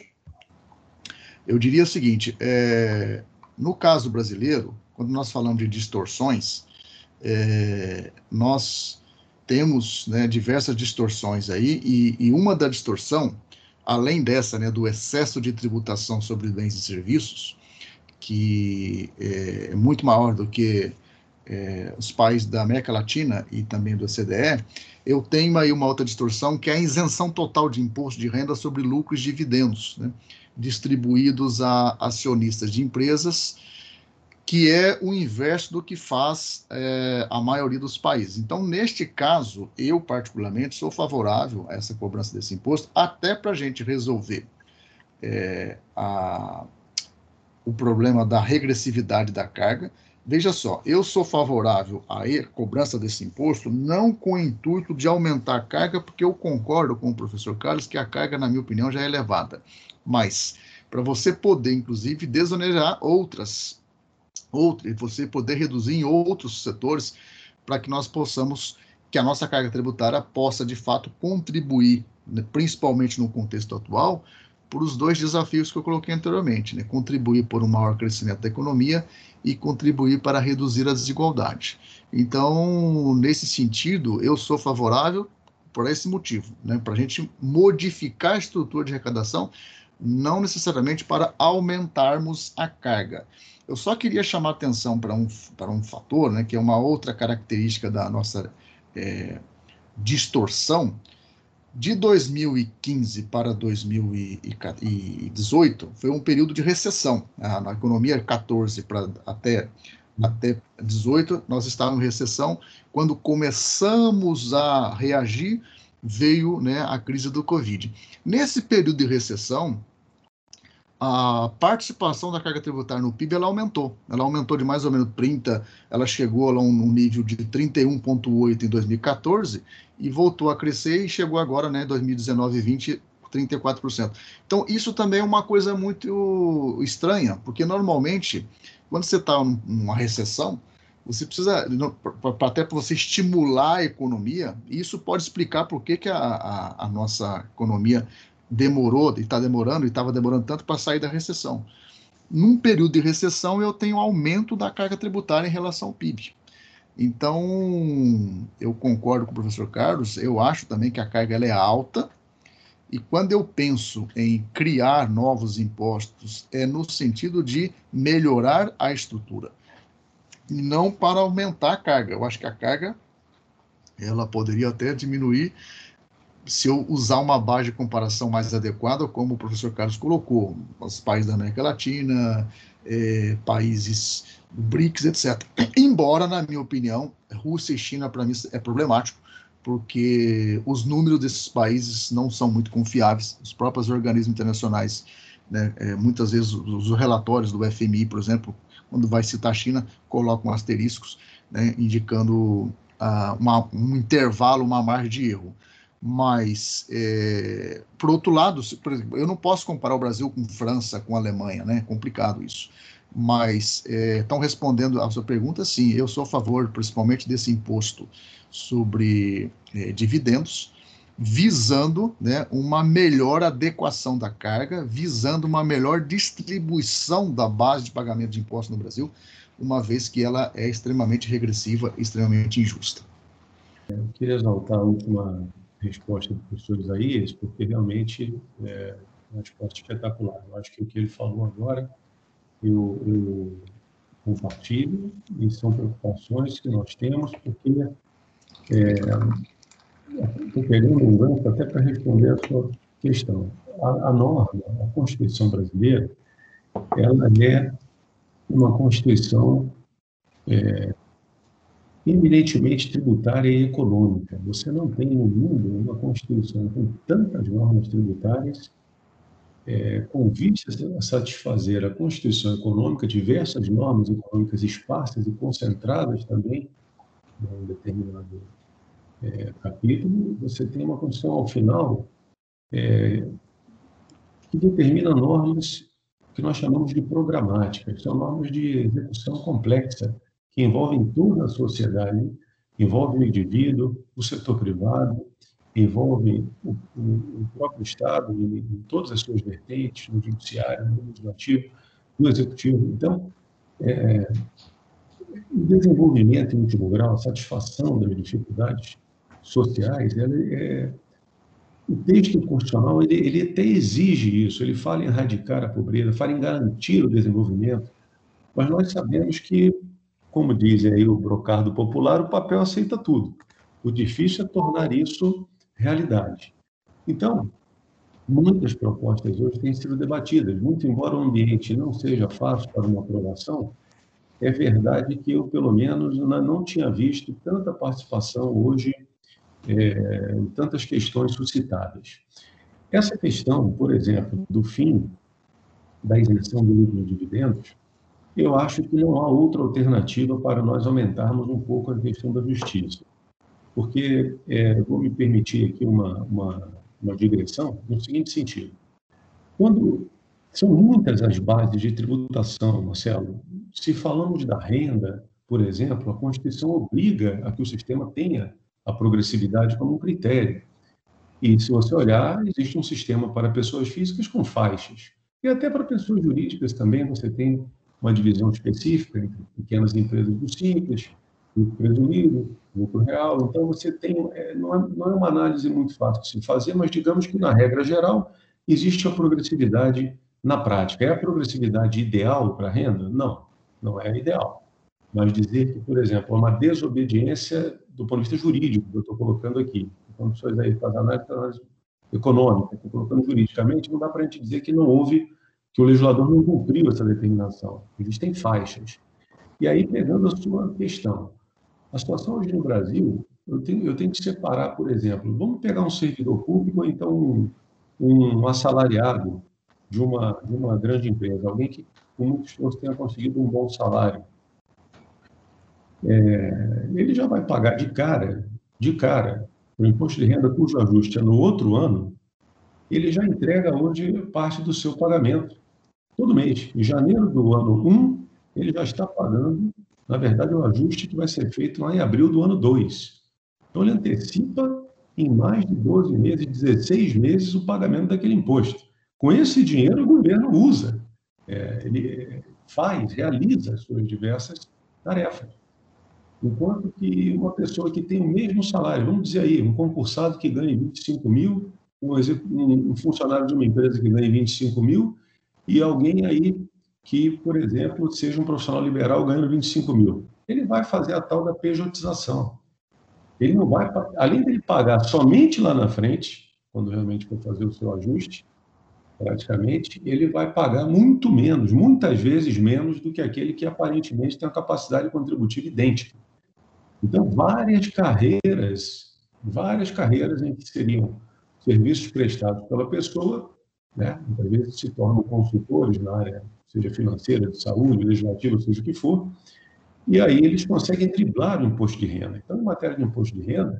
Eu diria o seguinte, é, no caso brasileiro, quando nós falamos de distorções, é, nós temos, né, diversas distorções aí, e, e uma da distorção, além dessa, né, do excesso de tributação sobre bens e serviços, que é muito maior do que é, os países da América Latina e também do O C D E, eu tenho aí uma outra distorção, que é a isenção total de imposto de renda sobre lucros e dividendos, né, distribuídos a acionistas de empresas, que é o inverso do que faz é, a maioria dos países. Então, neste caso, eu particularmente sou favorável a essa cobrança desse imposto, até para a gente resolver é, a, o problema da regressividade da carga. Veja só, eu sou favorável à cobrança desse imposto, não com o intuito de aumentar a carga, porque eu concordo com o professor Carlos que a carga, na minha opinião, já é elevada, mas para você poder, inclusive, desonerar outras Outro, e você poder reduzir em outros setores para que nós possamos, que a nossa carga tributária possa, de fato, contribuir, né, principalmente no contexto atual, por os dois desafios que eu coloquei anteriormente, né, contribuir por um maior crescimento da economia e contribuir para reduzir a desigualdade. Então, nesse sentido, eu sou favorável por esse motivo, né, para a gente modificar a estrutura de arrecadação, não necessariamente para aumentarmos a carga. Eu só queria chamar atenção para um, para um fator, né, que é uma outra característica da nossa é, distorção. De dois mil e quinze para dois mil e dezoito, foi um período de recessão. Ah, na economia, quatorze para até, até dezoito, nós estávamos em recessão. Quando começamos a reagir, veio, né, a crise do Covid. Nesse período de recessão, a participação da carga tributária no P I B ela aumentou. Ela aumentou de mais ou menos trinta, ela chegou a um nível de trinta e um vírgula oito em dois mil e quatorze e voltou a crescer e chegou agora, né, dois mil e dezenove e vinte, trinta e quatro por cento. Então, isso também é uma coisa muito estranha, porque normalmente, quando você está numa recessão, você precisa, até para você estimular a economia, e isso pode explicar por que, que a, a, a nossa economia demorou, e está demorando, e estava demorando tanto para sair da recessão. Num período de recessão, eu tenho aumento da carga tributária em relação ao P I B. Então, eu concordo com o professor Carlos, eu acho também que a carga ela é alta, e quando eu penso em criar novos impostos, é no sentido de melhorar a estrutura, e não para aumentar a carga. Eu acho que a carga ela poderia até diminuir se eu usar uma base de comparação mais adequada, como o professor Carlos colocou, os países da América Latina, eh, países do BRICS, etcétera. Embora, na minha opinião, Rússia e China, para mim, é problemático, porque os números desses países não são muito confiáveis. Os próprios organismos internacionais, né, eh, muitas vezes os relatórios do F M I, por exemplo, quando vai citar a China, colocam asteriscos, né, indicando ah, uma, um intervalo, uma margem de erro. Mas, é, por outro lado, por exemplo, eu não posso comparar o Brasil com França, com Alemanha, né? É complicado isso. Mas, estão é, respondendo a sua pergunta, sim, eu sou a favor, principalmente, desse imposto sobre é, dividendos, visando, né, uma melhor adequação da carga, visando uma melhor distribuição da base de pagamento de impostos no Brasil, uma vez que ela é extremamente regressiva e extremamente injusta. Eu queria exaltar a última resposta do professor Isaías, porque realmente é uma resposta espetacular. Eu acho que o que ele falou agora, eu, eu compartilho, e são preocupações que nós temos, porque é, estou pegando um gancho até para responder a sua questão. A, a norma, a Constituição brasileira, ela é uma Constituição é, eminentemente tributária e econômica. Você não tem no mundo uma Constituição com tantas normas tributárias, é, com vistas a satisfazer a Constituição econômica, diversas normas econômicas esparsas e concentradas também em um determinado é, capítulo. Você tem uma Constituição, ao final, é, que determina normas que nós chamamos de programáticas, são normas de execução complexa, que envolvem toda a sociedade, envolvem o indivíduo, o setor privado, envolvem o, o, o próprio Estado em, em todas as suas vertentes, no judiciário, no legislativo, no executivo. Então, é, o desenvolvimento em último grau, a satisfação das dificuldades sociais, ela é, o texto constitucional ele, ele até exige isso, ele fala em erradicar a pobreza, fala em garantir o desenvolvimento Mas nós sabemos que, como diz aí o brocardo popular, o papel aceita tudo. O difícil é tornar isso realidade. Então, muitas propostas hoje têm sido debatidas, muito embora o ambiente não seja fácil para uma aprovação, é verdade que eu, pelo menos, não tinha visto tanta participação hoje, é, em tantas questões suscitadas. Essa questão, por exemplo, do fim da isenção do lucro de dividendos, eu acho que não há outra alternativa para nós aumentarmos um pouco a questão da justiça. Porque, é, vou me permitir aqui uma, uma, uma digressão no seguinte sentido. Quando são muitas as bases de tributação, Marcelo, se falamos da renda, por exemplo, a Constituição obriga a que o sistema tenha a progressividade como um critério. E, se você olhar, existe um sistema para pessoas físicas com faixas. E até para pessoas jurídicas também você tem uma divisão específica entre pequenas empresas do simples, lucro presumido, lucro real. Então, você tem... É, não, é, não é uma análise muito fácil de se fazer, mas digamos que, na regra geral, existe a progressividade na prática. É a progressividade ideal para a renda? Não, não é ideal. Mas dizer que, por exemplo, é uma desobediência do ponto de vista jurídico, que eu estou colocando aqui, então, pessoas aí fazem análise, análise econômica, estou colocando juridicamente, não dá para a gente dizer que não houve, que o legislador não cumpriu essa determinação. Existem faixas. E aí, pegando a sua questão, a situação hoje no Brasil, eu tenho, eu tenho que separar, por exemplo, vamos pegar um servidor público ou então um, um assalariado de uma, de uma grande empresa, alguém que, com muito esforço, tenha conseguido um bom salário. É, ele já vai pagar de cara, de cara, o imposto de renda cujo ajuste é no outro ano, ele já entrega hoje parte do seu pagamento, todo mês. Em janeiro do ano um, ele já está pagando, na verdade, o ajuste que vai ser feito lá em abril do ano dois. Então, ele antecipa em mais de doze meses, dezesseis meses, o pagamento daquele imposto. Com esse dinheiro, o governo usa, é, ele faz, realiza as suas diversas tarefas. Enquanto que uma pessoa que tem o mesmo salário, vamos dizer aí, um concursado que ganha vinte e cinco mil, um funcionário de uma empresa que ganha vinte e cinco mil, e alguém aí que, por exemplo, seja um profissional liberal ganhando vinte e cinco mil. Ele vai fazer a tal da pejotização. Ele não vai, além de ele pagar somente lá na frente, quando realmente for fazer o seu ajuste, praticamente, ele vai pagar muito menos, muitas vezes menos do que aquele que aparentemente tem uma capacidade contributiva idêntica. Então, várias carreiras, várias carreiras em que seriam serviços prestados pela pessoa, né, muitas vezes se tornam consultores na área, seja financeira, de saúde, legislativa, seja o que for, e aí eles conseguem driblar o imposto de renda. Então, em matéria de imposto de renda,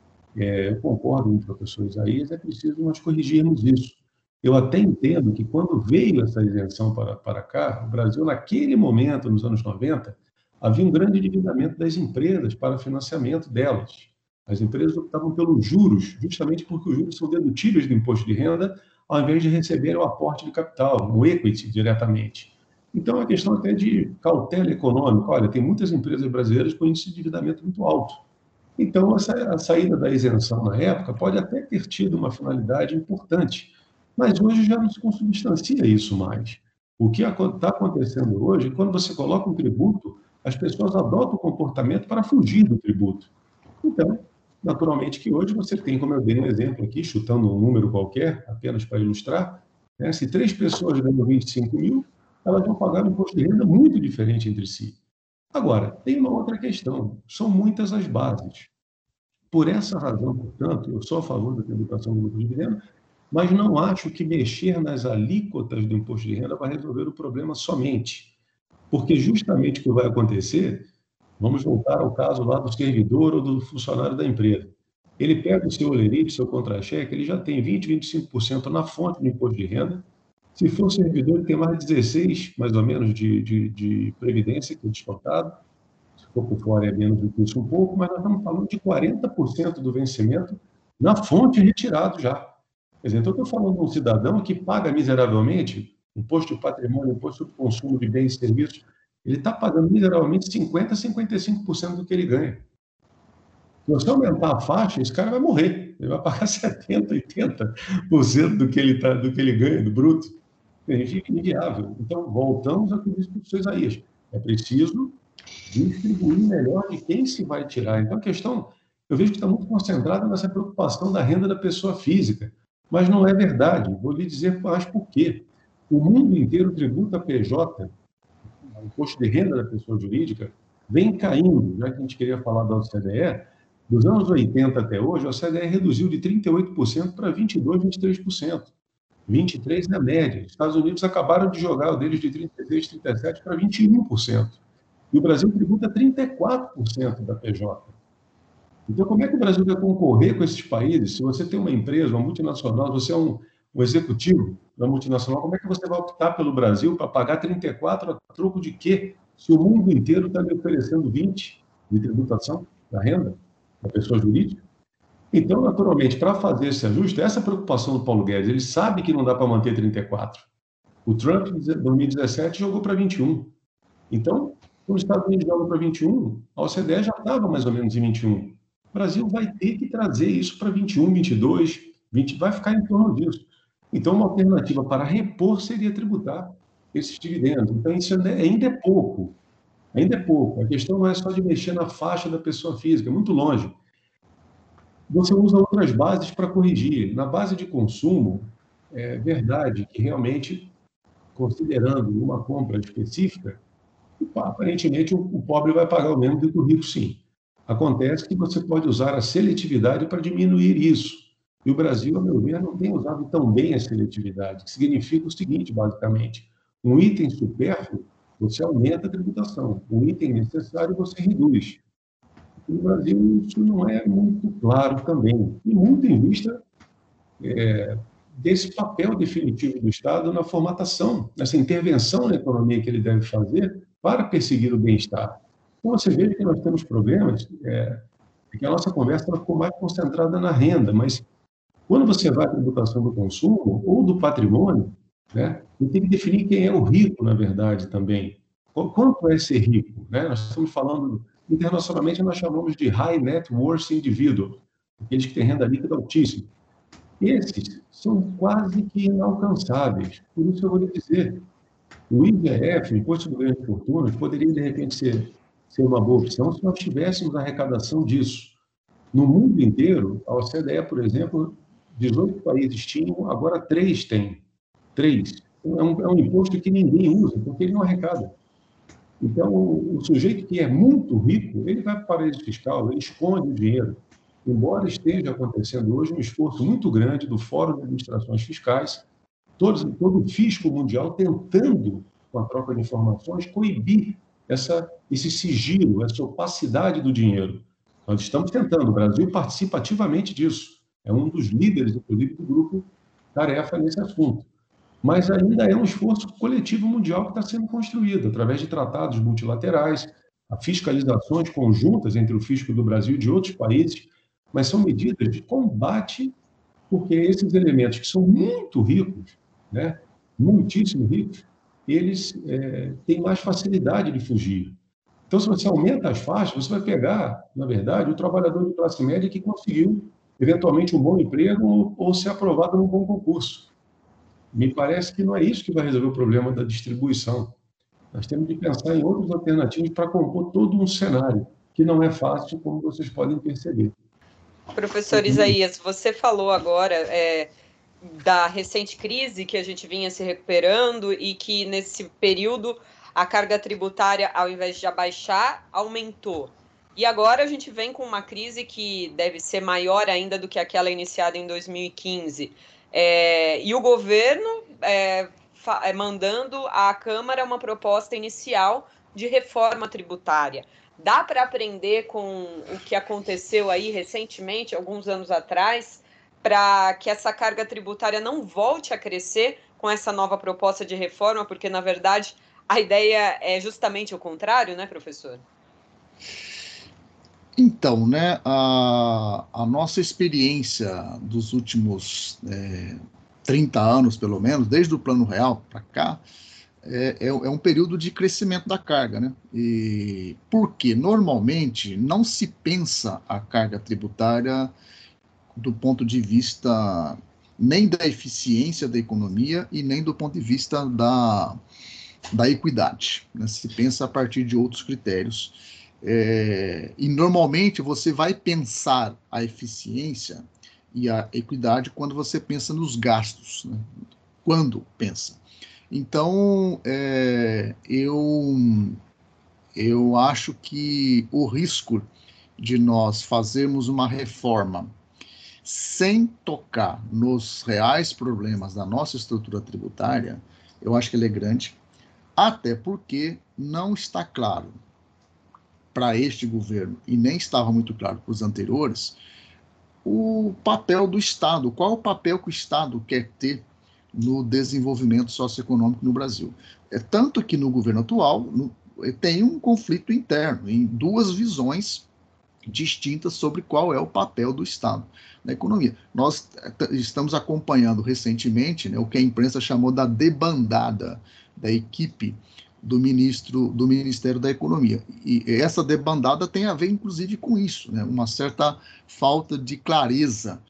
é, eu concordo com o professor Isaías, é preciso nós corrigirmos isso. Eu até entendo que quando veio essa isenção para, para cá, o Brasil, naquele momento, nos anos noventa, havia um grande endividamento das empresas para financiamento delas. As empresas optavam pelos juros, justamente porque os juros são dedutíveis do imposto de renda, ao invés de receberem o aporte de capital, o equity, diretamente. Então, é uma questão até de cautela econômica. Olha, tem muitas empresas brasileiras com índice de endividamento muito alto. Então, a saída da isenção na época pode até ter tido uma finalidade importante, mas hoje já não se consubstancia isso mais. O que está acontecendo hoje, quando você coloca um tributo, as pessoas adotam o comportamento para fugir do tributo. Então, naturalmente que hoje você tem, como eu dei um exemplo aqui, chutando um número qualquer, apenas para ilustrar, né, se três pessoas ganham vinte e cinco mil, elas vão pagar um imposto de renda muito diferente entre si. Agora, tem uma outra questão, são muitas as bases. Por essa razão, portanto, eu sou a favor da tributação do lucro de renda, mas não acho que mexer nas alíquotas do imposto de renda vai resolver o problema somente. Porque justamente o que vai acontecer, vamos voltar ao caso lá do servidor ou do funcionário da empresa. Ele pega o seu olerite, seu contra-cheque, ele já tem vinte, vinte e cinco por cento na fonte do imposto de renda. Se for servidor, ele tem mais de dezesseis por cento, mais ou menos, de, de, de previdência, que é descontado. Se for por fora, é menos do que isso um pouco, mas nós estamos falando de quarenta por cento do vencimento na fonte retirado já. Quer dizer, então, eu estou falando de um cidadão que paga miseravelmente imposto de patrimônio, imposto de consumo de bens e serviços, ele está pagando miseravelmente cinquenta por cento, cinquenta e cinco por cento do que ele ganha. Se você aumentar a faixa, esse cara vai morrer. Ele vai pagar setenta por cento, oitenta por cento do que ele, tá, do que ele ganha, do bruto. É inviável. Então, voltamos ao que disse o professor Isaías. É preciso distribuir melhor de quem se vai tirar. Então, a questão, eu vejo que está muito concentrada nessa preocupação da renda da pessoa física, mas não é verdade. Vou lhe dizer mais por quê. O mundo inteiro tributa P J, o imposto de renda da pessoa jurídica, vem caindo, já que a gente queria falar da O C D E, dos anos oitenta até hoje, a O C D E reduziu de trinta e oito por cento para vinte e dois por cento, vinte e três por cento. vinte e três por cento na média. Os Estados Unidos acabaram de jogar o deles de trinta e seis, trinta e sete por cento para vinte e um por cento. E o Brasil tributa trinta e quatro por cento da P J. Então, como é que o Brasil vai concorrer com esses países? Se você tem uma empresa, uma multinacional, você é um, um executivo da multinacional, como é que você vai optar pelo Brasil para pagar trinta e quatro a troco de quê? Se o mundo inteiro está lhe oferecendo vinte de tributação da renda da pessoa jurídica? Então, naturalmente, para fazer esse ajuste, essa preocupação do Paulo Guedes, ele sabe que não dá para manter trinta e quatro. O Trump, em dois mil e dezessete, jogou para vinte e um. Então, quando os Estados Unidos jogam para vinte e um, a O C D E já estava mais ou menos em vinte e um. O Brasil vai ter que trazer isso para vinte e um, vinte e dois, vinte, vai ficar em torno disso. Então, uma alternativa para repor seria tributar esses dividendos. Então, isso ainda é pouco. Ainda é pouco. A questão não é só de mexer na faixa da pessoa física, é muito longe. Você usa outras bases para corrigir. Na base de consumo, é verdade que realmente, considerando uma compra específica, aparentemente o pobre vai pagar o mesmo do que o rico, sim. Acontece que você pode usar a seletividade para diminuir isso. E o Brasil, a meu ver, não tem usado tão bem a seletividade, que significa o seguinte, basicamente: um item supérfluo, você aumenta a tributação. Um item necessário, você reduz. No Brasil, isso não é muito claro também. E muito em vista é, desse papel definitivo do Estado na formatação, nessa intervenção na economia que ele deve fazer para perseguir o bem-estar. Então, você vê que nós temos problemas, é, que a nossa conversa ela ficou mais concentrada na renda, mas quando você vai à tributação do consumo ou do patrimônio, né, você tem que definir quem é o rico, na verdade, também. Quanto é ser rico? Né? Nós estamos falando, internacionalmente, nós chamamos de high net worth individual, aqueles que têm renda líquida altíssima. Esses são quase que inalcançáveis. Por isso eu vou lhe dizer, o I G F, o Imposto de Grandes Fortunas, poderia, de repente, ser, ser uma boa opção se nós tivéssemos a arrecadação disso. No mundo inteiro, a O C D E, por exemplo, dezoito países tinham, agora três têm. Três. É um, é um imposto que ninguém usa, porque ele não arrecada. Então, o, o sujeito que é muito rico, ele vai para o paraíso fiscal, ele esconde o dinheiro. Embora esteja acontecendo hoje um esforço muito grande do Fórum de Administrações Fiscais, todos, todo o fisco mundial tentando, com a troca de informações, coibir essa, esse sigilo, essa opacidade do dinheiro. Nós estamos tentando, o Brasil participa ativamente disso. É um dos líderes, inclusive, do grupo Tarefa nesse assunto. Mas ainda é um esforço coletivo mundial que está sendo construído, através de tratados multilaterais, a fiscalizações conjuntas entre o fisco do Brasil e de outros países, mas são medidas de combate, porque esses elementos que são muito ricos, né, muitíssimo ricos, eles é, têm mais facilidade de fugir. Então, se você aumenta as faixas, você vai pegar, na verdade, o trabalhador de classe média que conseguiu, eventualmente, um bom emprego ou, ou ser aprovado num bom concurso. Me parece que não é isso que vai resolver o problema da distribuição. Nós temos de pensar em outras alternativas para compor todo um cenário, que não é fácil, como vocês podem perceber. Professor Isaías, você falou agora é, da recente crise que a gente vinha se recuperando e que, nesse período, a carga tributária, ao invés de abaixar, aumentou. E agora a gente vem com uma crise que deve ser maior ainda do que aquela iniciada em dois mil e quinze. É, e o governo é, fa- mandando à Câmara uma proposta inicial de reforma tributária. Dá para aprender com o que aconteceu aí recentemente, alguns anos atrás, para que essa carga tributária não volte a crescer com essa nova proposta de reforma, porque, na verdade, a ideia é justamente o contrário, né, professor? Então, né, a, a nossa experiência dos últimos é, trinta anos, pelo menos, desde o Plano Real para cá, é, é, é um período de crescimento da carga, né? E porque normalmente não se pensa a carga tributária do ponto de vista nem da eficiência da economia e nem do ponto de vista da, da equidade, né? Se pensa a partir de outros critérios. É, e normalmente você vai pensar a eficiência e a equidade quando você pensa nos gastos, né? Quando pensa. Então, é, eu, eu acho que o risco de nós fazermos uma reforma sem tocar nos reais problemas da nossa estrutura tributária, eu acho que ele é grande, até porque não está claro para este governo, e nem estava muito claro para os anteriores, o papel do Estado. Qual é o papel que o Estado quer ter no desenvolvimento socioeconômico no Brasil? É tanto que no governo atual no, tem um conflito interno, em duas visões distintas sobre qual é o papel do Estado na economia. Nós estamos acompanhando recentemente, né, o que a imprensa chamou da debandada da equipe do ministro do Ministério da Economia. E essa debandada tem a ver, inclusive, com isso, né? Uma certa falta de clareza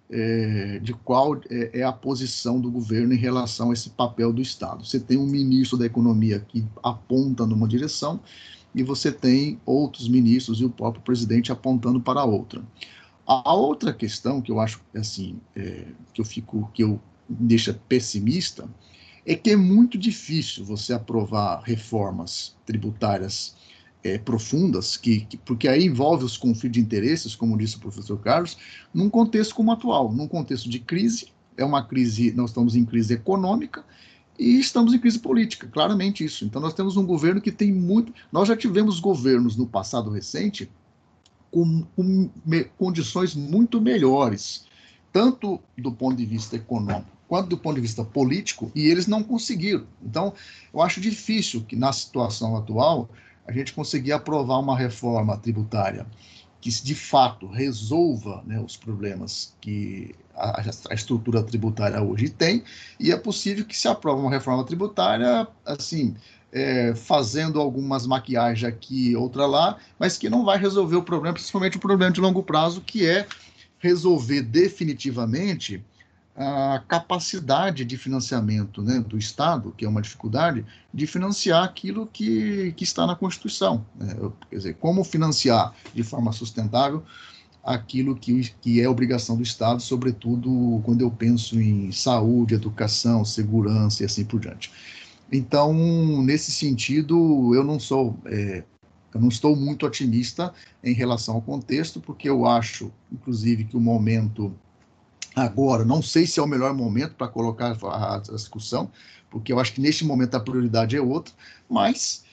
é, de qual é, é a posição do governo em relação a esse papel do Estado. Você tem um ministro da Economia que aponta numa direção e você tem outros ministros e o próprio presidente apontando para outra. A outra questão que eu acho, assim, é, que eu fico, que eu me deixa pessimista, é que é muito difícil você aprovar reformas tributárias é, profundas, que, que, porque aí envolve os conflitos de interesses, como disse o professor Carlos, num contexto como o atual, num contexto de crise. É uma crise, nós estamos em crise econômica e estamos em crise política, claramente isso. Então nós temos um governo que tem muito... Nós já tivemos governos no passado recente com, com me, condições muito melhores, tanto do ponto de vista econômico, quanto do ponto de vista político, e eles não conseguiram. Então, eu acho difícil que, na situação atual, a gente conseguir aprovar uma reforma tributária que, de fato, resolva, né, os problemas que a, a estrutura tributária hoje tem, e é possível que se aprove uma reforma tributária, assim, é, fazendo algumas maquiagens aqui e outra lá, mas que não vai resolver o problema, principalmente o problema de longo prazo, que é resolver definitivamente a capacidade de financiamento, né, do Estado, que é uma dificuldade, de financiar aquilo que, que está na Constituição. Né? Quer dizer, como financiar de forma sustentável aquilo que, que é obrigação do Estado, sobretudo quando eu penso em saúde, educação, segurança e assim por diante. Então, nesse sentido, eu não sou... É, eu não estou muito otimista em relação ao contexto, porque eu acho, inclusive, que o momento... Agora, não sei se é o melhor momento para colocar a, a discussão, porque eu acho que neste momento a prioridade é outra, mas,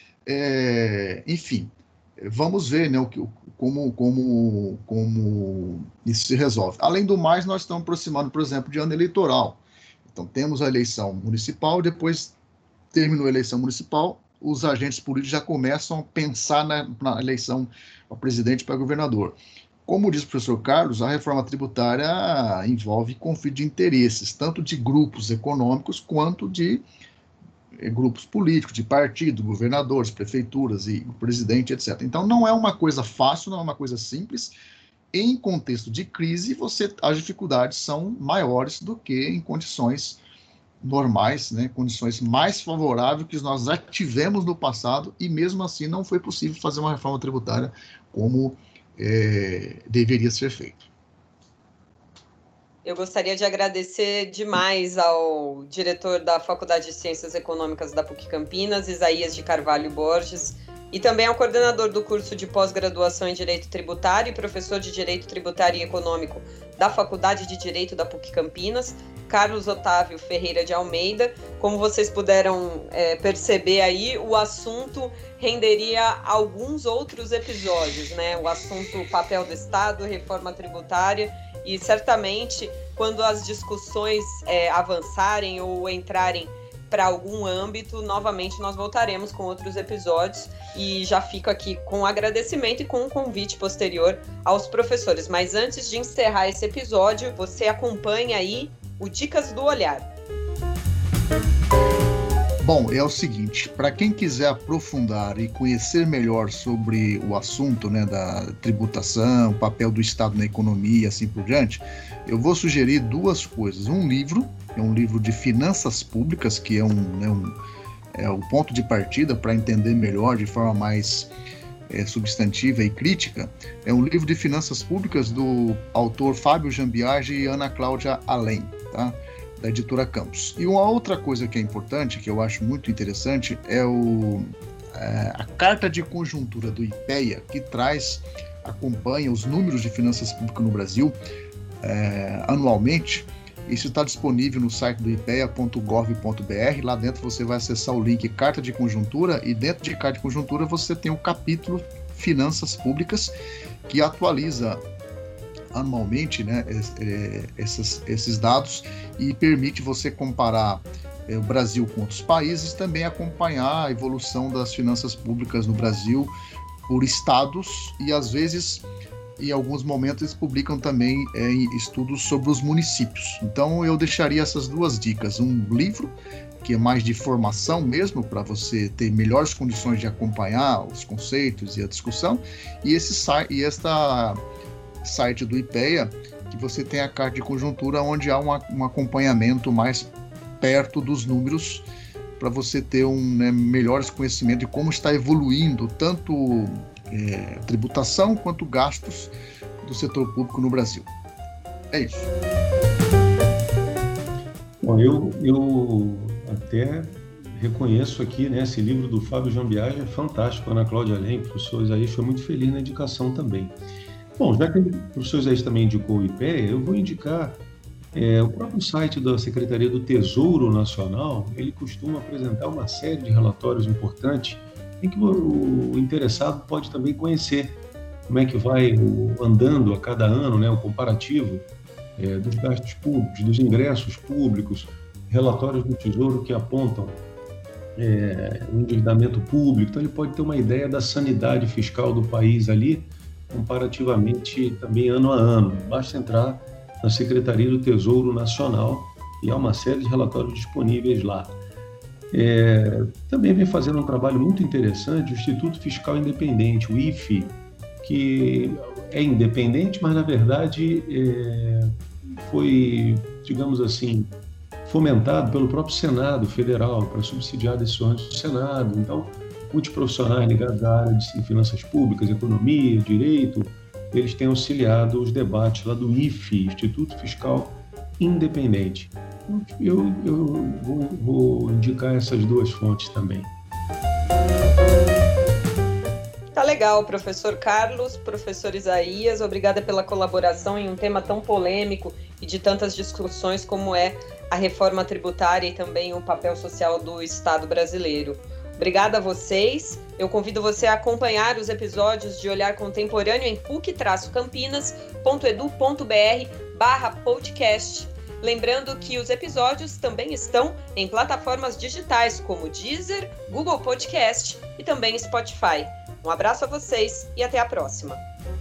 é, enfim, vamos ver, né, o que, como, como, como isso se resolve. Além do mais, nós estamos aproximando, por exemplo, de ano eleitoral. Então, temos a eleição municipal, depois terminou a eleição municipal, os agentes políticos já começam a pensar na, na eleição para presidente e para governador. Como diz o professor Carlos, a reforma tributária envolve conflito de interesses, tanto de grupos econômicos quanto de eh, grupos políticos, de partidos, governadores, prefeituras e o presidente, etcétera. Então, não é uma coisa fácil, não é uma coisa simples. Em contexto de crise, você, as dificuldades são maiores do que em condições normais, né, condições mais favoráveis que nós já tivemos no passado, e mesmo assim não foi possível fazer uma reforma tributária como É, deveria ser feito. Eu gostaria de agradecer demais ao diretor da Faculdade de Ciências Econômicas da PUC Campinas, Isaías de Carvalho Borges, e também ao coordenador do curso de pós-graduação em Direito Tributário e professor de Direito Tributário e Econômico da Faculdade de Direito da PUC Campinas, Carlos Otávio Ferreira de Almeida. Como vocês puderam é, perceber aí, o assunto renderia alguns outros episódios, né? O assunto papel do Estado, reforma tributária, e certamente quando as discussões é, avançarem ou entrarem para algum âmbito, novamente nós voltaremos com outros episódios, e já fico aqui com agradecimento e com um convite posterior aos professores. Mas antes de encerrar esse episódio, você acompanha aí o Dicas do Olhar. Bom, é o seguinte, para quem quiser aprofundar e conhecer melhor sobre o assunto, né, da tributação, o papel do Estado na economia e assim por diante, eu vou sugerir duas coisas. Um livro, é um livro de finanças públicas, que é um, né, um, é, o ponto de partida para entender melhor, de forma mais é, substantiva e crítica, é um livro de finanças públicas do autor Fábio Jambiage e Ana Cláudia Além, tá? Da editora Campos. E uma outra coisa que é importante, que eu acho muito interessante, é, o, é a carta de conjuntura do IPEA, que traz, acompanha os números de finanças públicas no Brasil é, anualmente. Isso está disponível no site do ipea ponto gov ponto br. Lá dentro você vai acessar o link Carta de Conjuntura, e dentro de Carta de Conjuntura você tem o capítulo Finanças Públicas, que atualiza anualmente, né, esses, esses dados, e permite você comparar é, o Brasil com outros países, também acompanhar a evolução das finanças públicas no Brasil por estados, e às vezes, em alguns momentos, eles publicam também é, estudos sobre os municípios. Então eu deixaria essas duas dicas: um livro que é mais de formação mesmo, para você ter melhores condições de acompanhar os conceitos e a discussão, e esse e esta site do IPEA, que você tem a carta de conjuntura, onde há uma, um acompanhamento mais perto dos números, para você ter um né, melhores conhecimento de como está evoluindo tanto é, tributação quanto gastos do setor público no Brasil. É isso. Bom, eu, eu até reconheço aqui, né, esse livro do Fábio Jambiage é fantástico, Ana Cláudia Além, o professor Isaías foi muito feliz na indicação também. Bom, já que o professor Isaías também indicou o IPEA, eu vou indicar é, o próprio site da Secretaria do Tesouro Nacional. Ele costuma apresentar uma série de relatórios importantes em que o, o interessado pode também conhecer como é que vai o, andando a cada ano, né, o comparativo é, dos gastos públicos, dos ingressos públicos, relatórios do Tesouro que apontam é, o endividamento público. Então ele pode ter uma ideia da sanidade fiscal do país ali, comparativamente também ano a ano. Basta entrar na Secretaria do Tesouro Nacional e há uma série de relatórios disponíveis lá. É, também vem fazendo um trabalho muito interessante o Instituto Fiscal Independente, o I F I, que é independente, mas na verdade é, foi, digamos assim, fomentado pelo próprio Senado Federal para subsidiar decisões do Senado. Então, muitos profissionais ligados à área de finanças públicas, economia, direito, eles têm auxiliado os debates lá do I F I, Instituto Fiscal Independente. Eu, eu vou, vou indicar essas duas fontes também. Tá legal, professor Carlos, professor Isaías, obrigada pela colaboração em um tema tão polêmico e de tantas discussões como é a reforma tributária e também o papel social do Estado brasileiro. Obrigada a vocês. Eu convido você a acompanhar os episódios de Olhar Contemporâneo em puc campinas ponto edu ponto br barra podcast. Lembrando que os episódios também estão em plataformas digitais como Deezer, Google Podcast e também Spotify. Um abraço a vocês e até a próxima.